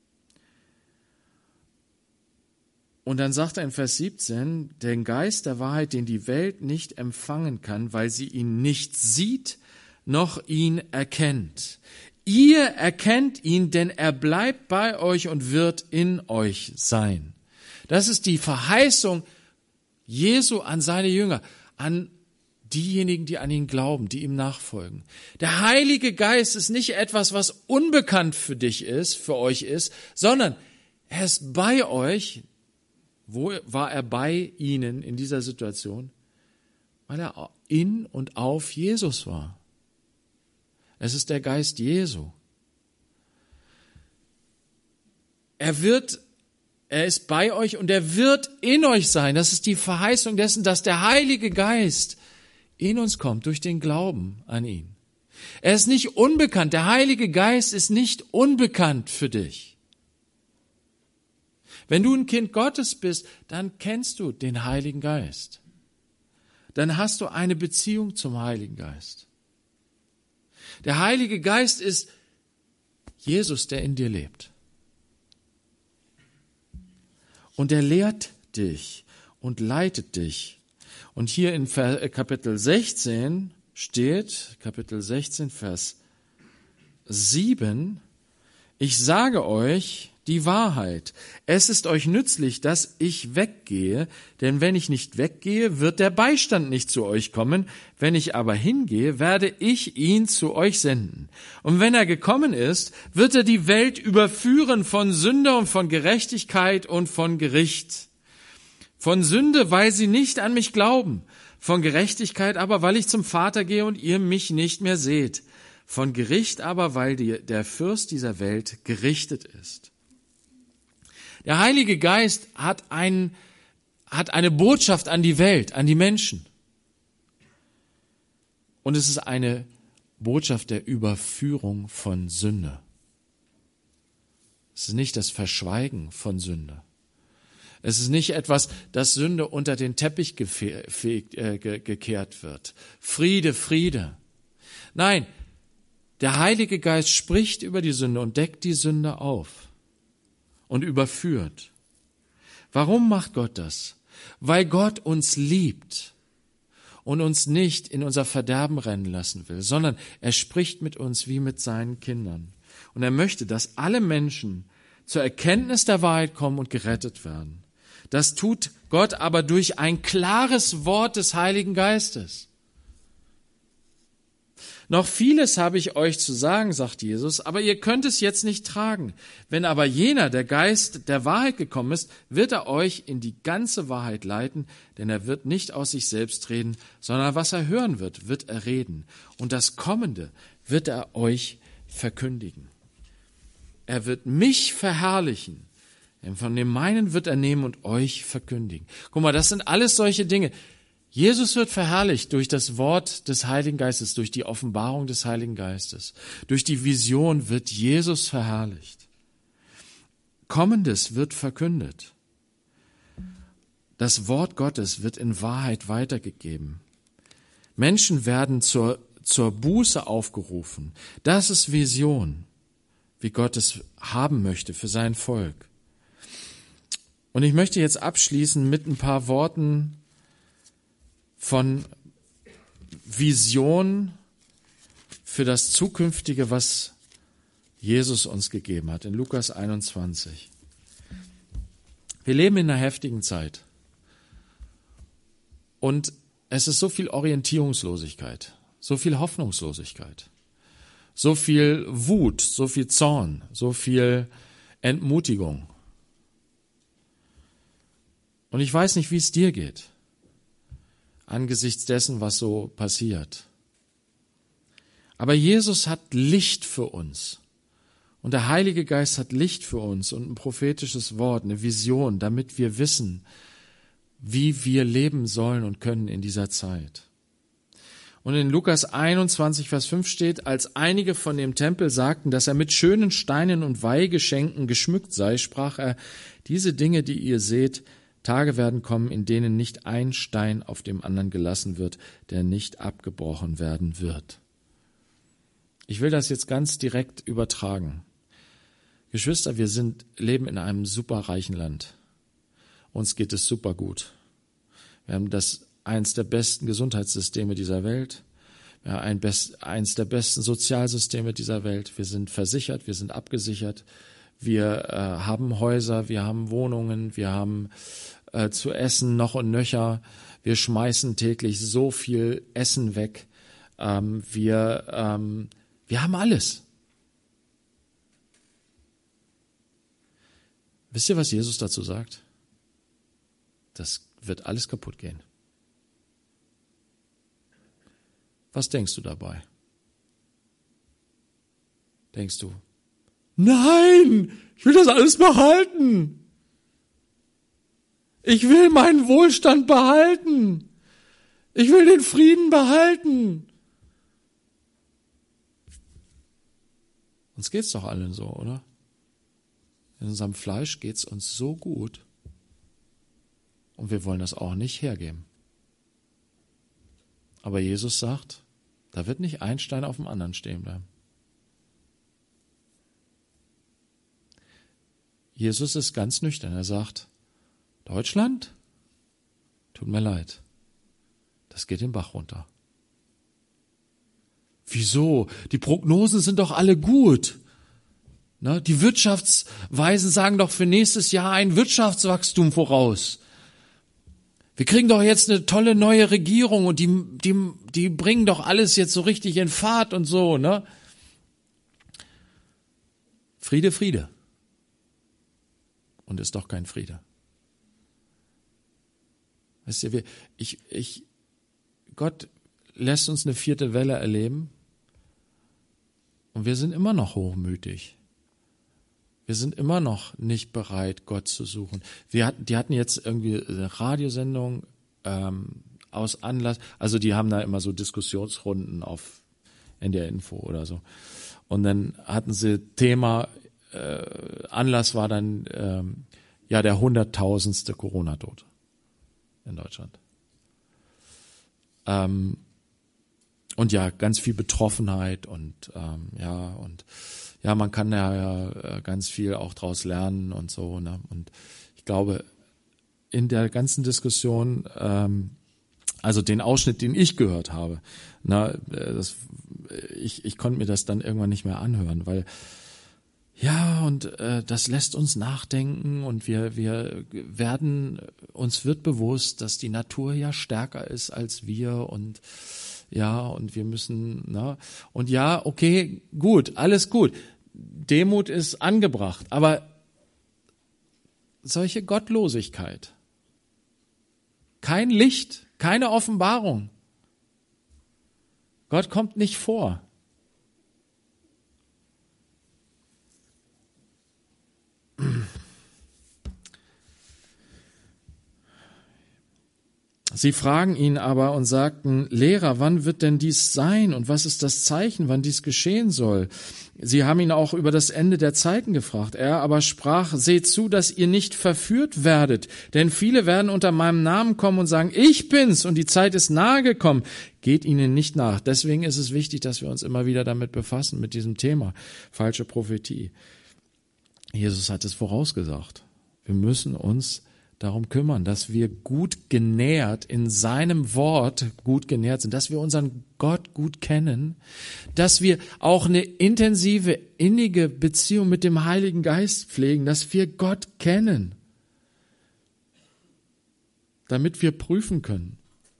Und dann sagt er in Vers 17, den Geist der Wahrheit, den die Welt nicht empfangen kann, weil sie ihn nicht sieht, noch ihn erkennt. Ihr erkennt ihn, denn er bleibt bei euch und wird in euch sein. Das ist die Verheißung Jesu an seine Jünger, an diejenigen, die an ihn glauben, die ihm nachfolgen. Der Heilige Geist ist nicht etwas, was unbekannt für dich ist, für euch ist, sondern er ist bei euch. Wo war er bei ihnen in dieser Situation? Weil er in und auf Jesus war. Es ist der Geist Jesu. Er ist bei euch und er wird in euch sein. Das ist die Verheißung dessen, dass der Heilige Geist in uns kommt durch den Glauben an ihn. Er ist nicht unbekannt. Der Heilige Geist ist nicht unbekannt für dich. Wenn du ein Kind Gottes bist, dann kennst du den Heiligen Geist. Dann hast du eine Beziehung zum Heiligen Geist. Der Heilige Geist ist Jesus, der in dir lebt. Und er lehrt dich und leitet dich. Und hier in Kapitel 16 steht, Kapitel 16, Vers 7, ich sage euch die Wahrheit. Es ist euch nützlich, dass ich weggehe, denn wenn ich nicht weggehe, wird der Beistand nicht zu euch kommen. Wenn ich aber hingehe, werde ich ihn zu euch senden. Und wenn er gekommen ist, wird er die Welt überführen von Sünde und von Gerechtigkeit und von Gericht. Von Sünde, weil sie nicht an mich glauben. Von Gerechtigkeit aber, weil ich zum Vater gehe und ihr mich nicht mehr seht. Von Gericht aber, weil der Fürst dieser Welt gerichtet ist. Der Heilige Geist hat eine Botschaft an die Welt, an die Menschen. Und es ist eine Botschaft der Überführung von Sünde. Es ist nicht das Verschweigen von Sünde. Es ist nicht etwas, dass Sünde unter den Teppich gekehrt wird. Friede, Friede. Nein, der Heilige Geist spricht über die Sünde und deckt die Sünde auf und überführt. Warum macht Gott das? Weil Gott uns liebt und uns nicht in unser Verderben rennen lassen will, sondern er spricht mit uns wie mit seinen Kindern. Und er möchte, dass alle Menschen zur Erkenntnis der Wahrheit kommen und gerettet werden. Das tut Gott aber durch ein klares Wort des Heiligen Geistes. Noch vieles habe ich euch zu sagen, sagt Jesus, aber ihr könnt es jetzt nicht tragen. Wenn aber jener, der Geist der Wahrheit gekommen ist, wird er euch in die ganze Wahrheit leiten, denn er wird nicht aus sich selbst reden, sondern was er hören wird, wird er reden. Und das Kommende wird er euch verkündigen. Er wird mich verherrlichen, denn von dem meinen wird er nehmen und euch verkündigen. Guck mal, das sind alles solche Dinge. Jesus wird verherrlicht durch das Wort des Heiligen Geistes, durch die Offenbarung des Heiligen Geistes. Durch die Vision wird Jesus verherrlicht. Kommendes wird verkündet. Das Wort Gottes wird in Wahrheit weitergegeben. Menschen werden zur Buße aufgerufen. Das ist Vision, wie Gott es haben möchte für sein Volk. Und ich möchte jetzt abschließen mit ein paar Worten von Vision für das Zukünftige, was Jesus uns gegeben hat, in Lukas 21. Wir leben in einer heftigen Zeit. Und es ist so viel Orientierungslosigkeit, so viel Hoffnungslosigkeit, so viel Wut, so viel Zorn, so viel Entmutigung. Und ich weiß nicht, wie es dir geht, angesichts dessen, was so passiert. Aber Jesus hat Licht für uns. Und der Heilige Geist hat Licht für uns und ein prophetisches Wort, eine Vision, damit wir wissen, wie wir leben sollen und können in dieser Zeit. Und in Lukas 21, Vers 5 steht, als einige von dem Tempel sagten, dass er mit schönen Steinen und Weihgeschenken geschmückt sei, sprach er, diese Dinge, die ihr seht, Tage werden kommen, in denen nicht ein Stein auf dem anderen gelassen wird, der nicht abgebrochen werden wird. Ich will das jetzt ganz direkt übertragen. Geschwister, wir leben in einem superreichen Land. Uns geht es super gut. Wir haben eins der besten Gesundheitssysteme dieser Welt. Wir haben eins der besten Sozialsysteme dieser Welt. Wir sind versichert, wir sind abgesichert. Wir haben Häuser, wir haben Wohnungen, wir haben zu essen noch und nöcher. Wir schmeißen täglich so viel Essen weg. Wir haben alles. Wisst ihr, was Jesus dazu sagt? Das wird alles kaputt gehen. Was denkst du dabei? Denkst du, nein, ich will das alles behalten. Ich will meinen Wohlstand behalten. Ich will den Frieden behalten. Uns geht's doch allen so, oder? In unserem Fleisch geht's uns so gut. Und wir wollen das auch nicht hergeben. Aber Jesus sagt, da wird nicht ein Stein auf dem anderen stehen bleiben. Jesus ist ganz nüchtern. Er sagt, Deutschland, tut mir leid, das geht den Bach runter. Wieso? Die Prognosen sind doch alle gut. Ne? Die Wirtschaftsweisen sagen doch für nächstes Jahr ein Wirtschaftswachstum voraus. Wir kriegen doch jetzt eine tolle neue Regierung und die bringen doch alles jetzt so richtig in Fahrt und so, ne? Friede, Friede. Und ist doch kein Friede. Weißt du, Gott lässt uns eine 4. Welle erleben und wir sind immer noch hochmütig. Wir sind immer noch nicht bereit, Gott zu suchen. Die hatten jetzt irgendwie eine Radiosendung aus Anlass, also die haben da immer so Diskussionsrunden auf NDR Info oder so. Und dann hatten sie Thema, Anlass war dann der 100.000. Corona-Tod in Deutschland. Und ja, ganz viel Betroffenheit und man kann ja ganz viel auch draus lernen und so, ne? Und ich glaube, in der ganzen Diskussion, also den Ausschnitt, den ich gehört habe, ich konnte mir das dann irgendwann nicht mehr anhören, weil das lässt uns nachdenken und uns wird bewusst, dass die Natur ja stärker ist als wir und wir müssen, und okay, gut, alles gut. Demut ist angebracht, aber solche Gottlosigkeit, kein Licht, keine Offenbarung. Gott kommt nicht vor. Sie fragen ihn aber und sagten, Lehrer, wann wird denn dies sein und was ist das Zeichen, wann dies geschehen soll? Sie haben ihn auch über das Ende der Zeiten gefragt. Er aber sprach, seht zu, dass ihr nicht verführt werdet, denn viele werden unter meinem Namen kommen und sagen, ich bin's und die Zeit ist nahe gekommen. Geht ihnen nicht nach. Deswegen ist es wichtig, dass wir uns immer wieder damit befassen, mit diesem Thema, falsche Prophetie. Jesus hat es vorausgesagt. Wir müssen uns darum kümmern, dass wir gut genährt in seinem Wort gut genährt sind, dass wir unseren Gott gut kennen, dass wir auch eine intensive, innige Beziehung mit dem Heiligen Geist pflegen, dass wir Gott kennen, damit wir prüfen können.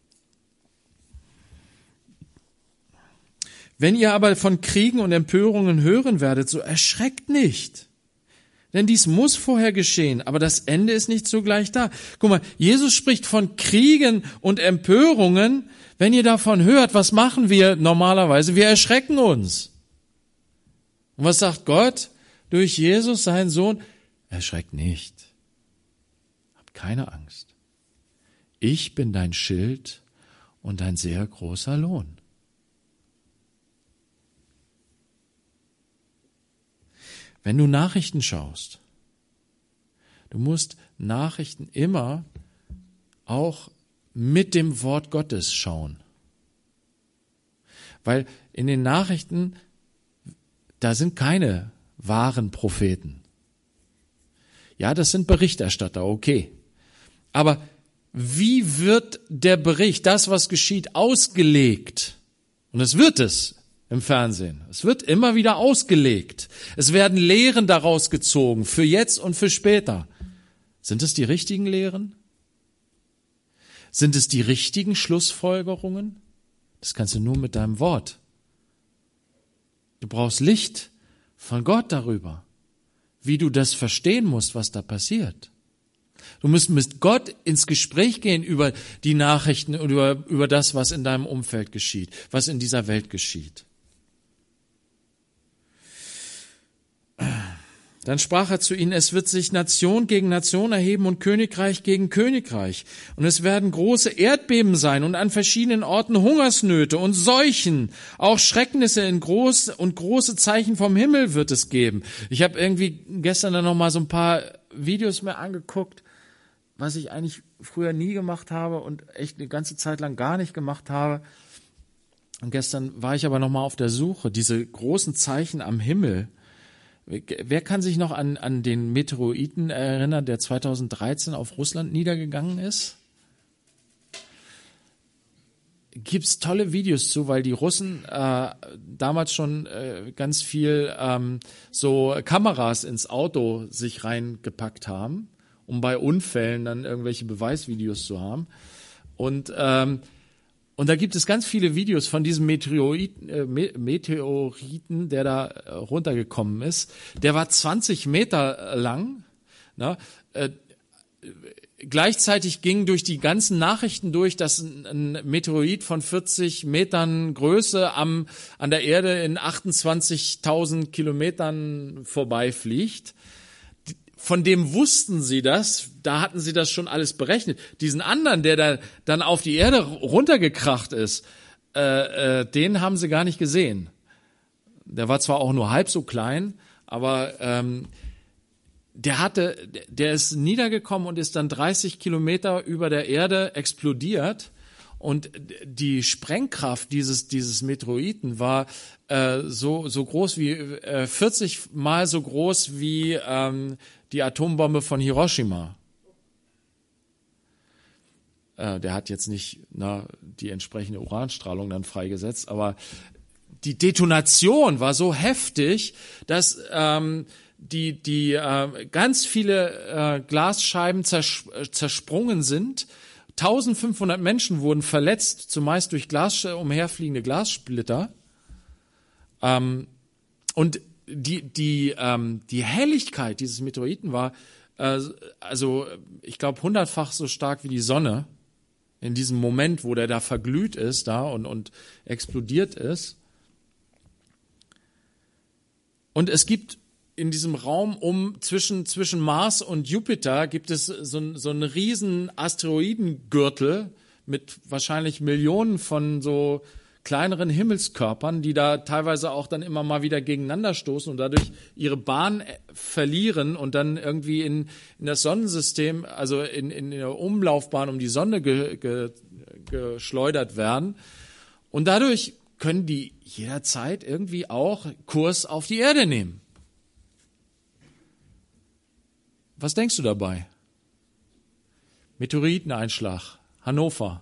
Wenn ihr aber von Kriegen und Empörungen hören werdet, so erschreckt nicht. Denn dies muss vorher geschehen, aber das Ende ist nicht sogleich da. Guck mal, Jesus spricht von Kriegen und Empörungen. Wenn ihr davon hört, was machen wir normalerweise? Wir erschrecken uns. Und was sagt Gott? Durch Jesus, seinen Sohn, erschreckt nicht. Habt keine Angst. Ich bin dein Schild und ein sehr großer Lohn. Wenn du Nachrichten schaust, du musst Nachrichten immer auch mit dem Wort Gottes schauen. Weil in den Nachrichten, da sind keine wahren Propheten. Ja, das sind Berichterstatter, okay. Aber wie wird der Bericht, das was geschieht, ausgelegt? Und es wird es. Im Fernsehen. Es wird immer wieder ausgelegt. Es werden Lehren daraus gezogen, für jetzt und für später. Sind es die richtigen Lehren? Sind es die richtigen Schlussfolgerungen? Das kannst du nur mit deinem Wort. Du brauchst Licht von Gott darüber, wie du das verstehen musst, was da passiert. Du musst mit Gott ins Gespräch gehen über die Nachrichten und über das, was in deinem Umfeld geschieht, was in dieser Welt geschieht. Dann sprach er zu ihnen, es wird sich Nation gegen Nation erheben und Königreich gegen Königreich. Und es werden große Erdbeben sein und an verschiedenen Orten Hungersnöte und Seuchen. Auch Schrecknisse in große Zeichen vom Himmel wird es geben. Ich habe irgendwie gestern dann noch mal so ein paar Videos mir angeguckt, was ich eigentlich früher nie gemacht habe und echt eine ganze Zeit lang gar nicht gemacht habe. Und gestern war ich aber noch mal auf der Suche, diese großen Zeichen am Himmel. Wer kann sich noch an den Meteoriten erinnern, der 2013 auf Russland niedergegangen ist? Gibt's tolle Videos zu, weil die Russen damals schon ganz viel so Kameras ins Auto sich reingepackt haben, um bei Unfällen dann irgendwelche Beweisvideos zu haben. Und da gibt es ganz viele Videos von diesem Meteoriten, der da runtergekommen ist. Der war 20 Meter lang. Gleichzeitig ging durch die ganzen Nachrichten durch, dass ein Meteorit von 40 Metern Größe an der Erde in 28.000 Kilometern vorbeifliegt. Von dem wussten sie das, da hatten sie das schon alles berechnet. Diesen anderen, der da dann auf die Erde runtergekracht ist, den haben sie gar nicht gesehen. Der war zwar auch nur halb so klein, aber der ist niedergekommen und ist dann 30 Kilometer über der Erde explodiert. Und die Sprengkraft dieses Meteoriten war so groß wie 40 Mal so groß wie die Atombombe von Hiroshima. Der hat jetzt nicht die entsprechende Uranstrahlung dann freigesetzt, aber die Detonation war so heftig, dass die ganz viele Glasscheiben zersprungen sind. 1500 Menschen wurden verletzt, zumeist durch umherfliegende Glassplitter. Und die Helligkeit dieses Meteoriten war ich glaube 100-fach so stark wie die Sonne in diesem Moment, wo der da verglüht ist da und explodiert ist. Und es gibt in diesem Raum zwischen Mars und Jupiter gibt es so einen riesen Asteroidengürtel mit wahrscheinlich Millionen von so kleineren Himmelskörpern, die da teilweise auch dann immer mal wieder gegeneinander stoßen und dadurch ihre Bahn verlieren und dann irgendwie in das Sonnensystem, also in der Umlaufbahn um die Sonne geschleudert werden. Und dadurch können die jederzeit irgendwie auch Kurs auf die Erde nehmen. Was denkst du dabei? Meteoriteneinschlag, Hannover.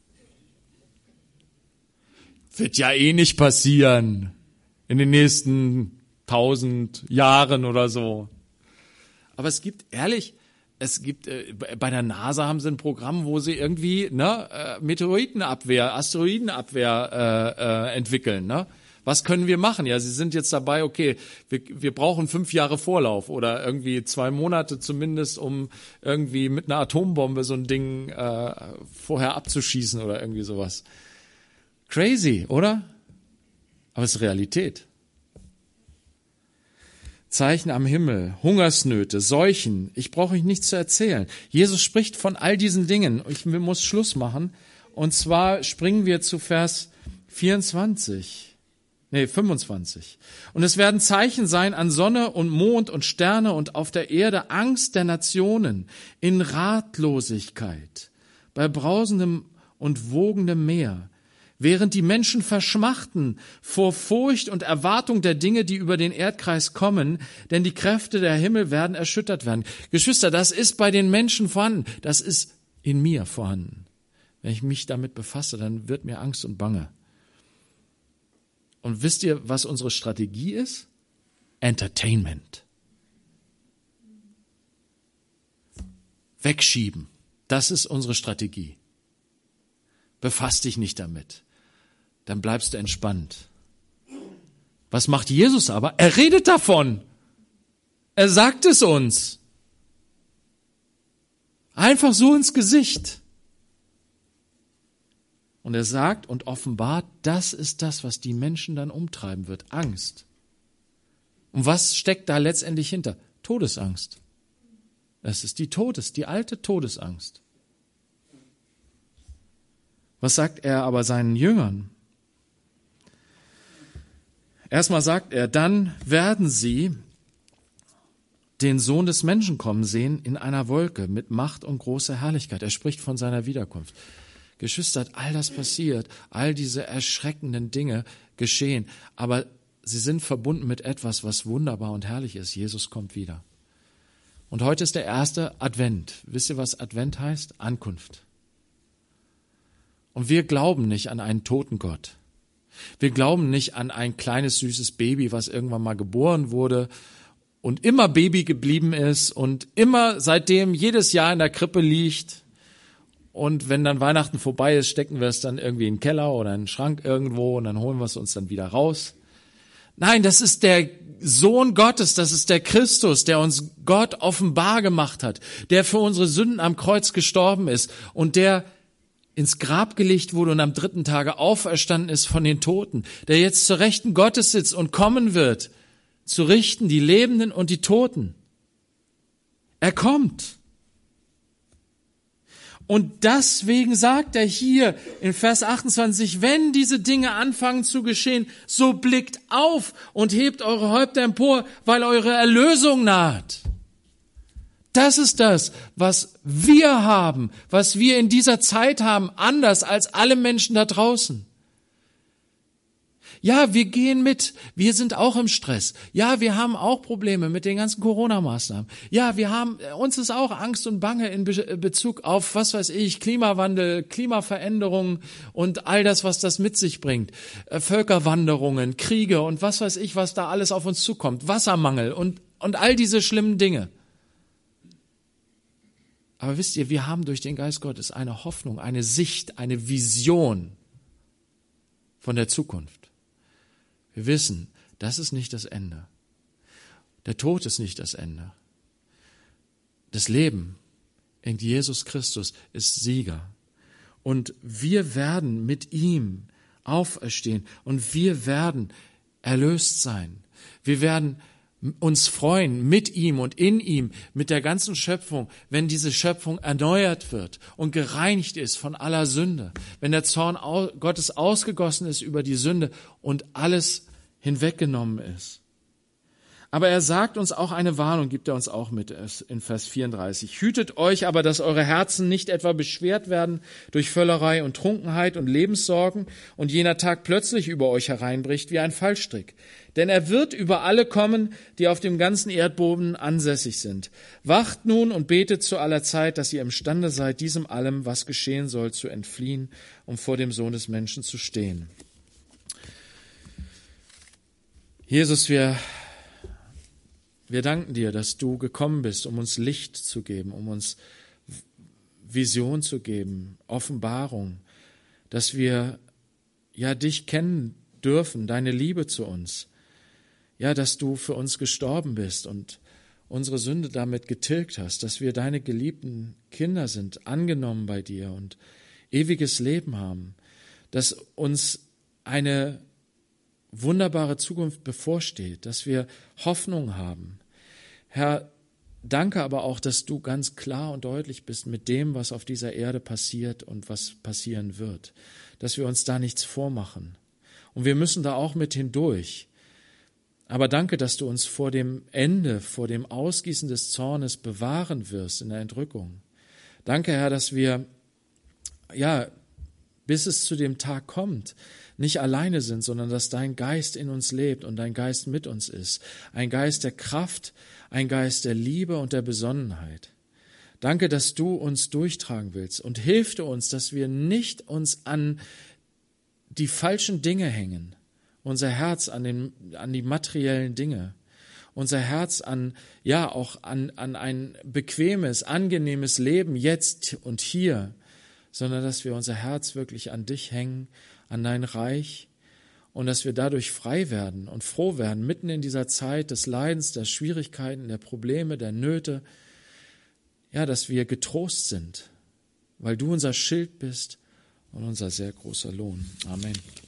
Wird ja eh nicht passieren in den nächsten 1000 Jahren oder so. Aber es gibt bei der NASA haben sie ein Programm, wo sie irgendwie Meteoritenabwehr, Asteroidenabwehr entwickeln. Ne? Was können wir machen? Ja, sie sind jetzt dabei, okay, wir brauchen 5 Jahre Vorlauf oder irgendwie 2 Monate zumindest, um irgendwie mit einer Atombombe so ein Ding vorher abzuschießen oder irgendwie sowas. Crazy, oder? Aber es ist Realität. Zeichen am Himmel, Hungersnöte, Seuchen. Ich brauche euch nichts zu erzählen. Jesus spricht von all diesen Dingen. Ich muss Schluss machen. Und zwar springen wir zu Vers 25. Und es werden Zeichen sein an Sonne und Mond und Sterne und auf der Erde Angst der Nationen, in Ratlosigkeit, bei brausendem und wogendem Meer, während die Menschen verschmachten vor Furcht und Erwartung der Dinge, die über den Erdkreis kommen, denn die Kräfte der Himmel werden erschüttert werden. Geschwister, das ist bei den Menschen vorhanden, das ist in mir vorhanden. Wenn ich mich damit befasse, dann wird mir Angst und Bange. Und wisst ihr, was unsere Strategie ist? Entertainment. Wegschieben. Das ist unsere Strategie. Befass dich nicht damit. Dann bleibst du entspannt. Was macht Jesus aber? Er redet davon. Er sagt es uns. Einfach so ins Gesicht. Und er sagt und offenbart, das ist das, was die Menschen dann umtreiben wird. Angst. Und was steckt da letztendlich hinter? Todesangst. Es ist die alte Todesangst. Was sagt er aber seinen Jüngern? Erstmal sagt er, dann werden sie den Sohn des Menschen kommen sehen in einer Wolke mit Macht und großer Herrlichkeit. Er spricht von seiner Wiederkunft. Geschwister, all das passiert, all diese erschreckenden Dinge geschehen, aber sie sind verbunden mit etwas, was wunderbar und herrlich ist. Jesus kommt wieder. Und heute ist der erste Advent. Wisst ihr, was Advent heißt? Ankunft. Und wir glauben nicht an einen toten Gott. Wir glauben nicht an ein kleines, süßes Baby, was irgendwann mal geboren wurde und immer Baby geblieben ist und immer seitdem jedes Jahr in der Krippe liegt. Und wenn dann Weihnachten vorbei ist, stecken wir es dann irgendwie in den Keller oder in den Schrank irgendwo und dann holen wir es uns dann wieder raus. Nein, das ist der Sohn Gottes, das ist der Christus, der uns Gott offenbar gemacht hat, der für unsere Sünden am Kreuz gestorben ist und der ins Grab gelegt wurde und am 3. Tage auferstanden ist von den Toten, der jetzt zur Rechten Gottes sitzt und kommen wird, zu richten die Lebenden und die Toten. Er kommt. Und deswegen sagt er hier in Vers 28, wenn diese Dinge anfangen zu geschehen, so blickt auf und hebt eure Häupter empor, weil eure Erlösung naht. Das ist das, was wir haben, was wir in dieser Zeit haben, anders als alle Menschen da draußen. Ja, wir gehen mit. Wir sind auch im Stress. Ja, wir haben auch Probleme mit den ganzen Corona-Maßnahmen. Ja, uns ist auch Angst und Bange in Bezug auf, was weiß ich, Klimawandel, Klimaveränderungen und all das, was das mit sich bringt. Völkerwanderungen, Kriege und was weiß ich, was da alles auf uns zukommt. Wassermangel und all diese schlimmen Dinge. Aber wisst ihr, wir haben durch den Geist Gottes eine Hoffnung, eine Sicht, eine Vision von der Zukunft. Wir wissen, das ist nicht das Ende. Der Tod ist nicht das Ende. Das Leben in Jesus Christus ist Sieger. Und wir werden mit ihm auferstehen und wir werden erlöst sein. Wir werden uns freuen mit ihm und in ihm, mit der ganzen Schöpfung, wenn diese Schöpfung erneuert wird und gereinigt ist von aller Sünde, wenn der Zorn Gottes ausgegossen ist über die Sünde und alles hinweggenommen ist. Aber er sagt uns auch eine Warnung, gibt er uns auch mit in Vers 34. Hütet euch aber, dass eure Herzen nicht etwa beschwert werden durch Völlerei und Trunkenheit und Lebenssorgen und jener Tag plötzlich über euch hereinbricht wie ein Fallstrick. Denn er wird über alle kommen, die auf dem ganzen Erdboden ansässig sind. Wacht nun und betet zu aller Zeit, dass ihr imstande seid, diesem allem, was geschehen soll, zu entfliehen, um vor dem Sohn des Menschen zu stehen. Jesus, wir danken dir, dass du gekommen bist, um uns Licht zu geben, um uns Vision zu geben, Offenbarung, dass wir dich kennen dürfen, deine Liebe zu uns. Ja, dass du für uns gestorben bist und unsere Sünde damit getilgt hast, dass wir deine geliebten Kinder sind, angenommen bei dir und ewiges Leben haben, dass uns eine wunderbare Zukunft bevorsteht, dass wir Hoffnung haben. Herr, danke aber auch, dass du ganz klar und deutlich bist mit dem, was auf dieser Erde passiert und was passieren wird, dass wir uns da nichts vormachen. Und wir müssen da auch mit hindurch. Aber danke, dass du uns vor dem Ende, vor dem Ausgießen des Zornes bewahren wirst in der Entrückung. Danke, Herr, dass wir, bis es zu dem Tag kommt, nicht alleine sind, sondern dass dein Geist in uns lebt und dein Geist mit uns ist. Ein Geist der Kraft, ein Geist der Liebe und der Besonnenheit. Danke, dass du uns durchtragen willst und hilf uns, dass wir nicht uns an die falschen Dinge hängen, unser Herz an die materiellen Dinge, unser Herz an ein bequemes, angenehmes Leben jetzt und hier, sondern dass wir unser Herz wirklich an dich hängen, an dein Reich und dass wir dadurch frei werden und froh werden, mitten in dieser Zeit des Leidens, der Schwierigkeiten, der Probleme, der Nöte, dass wir getrost sind, weil du unser Schild bist und unser sehr großer Lohn. Amen.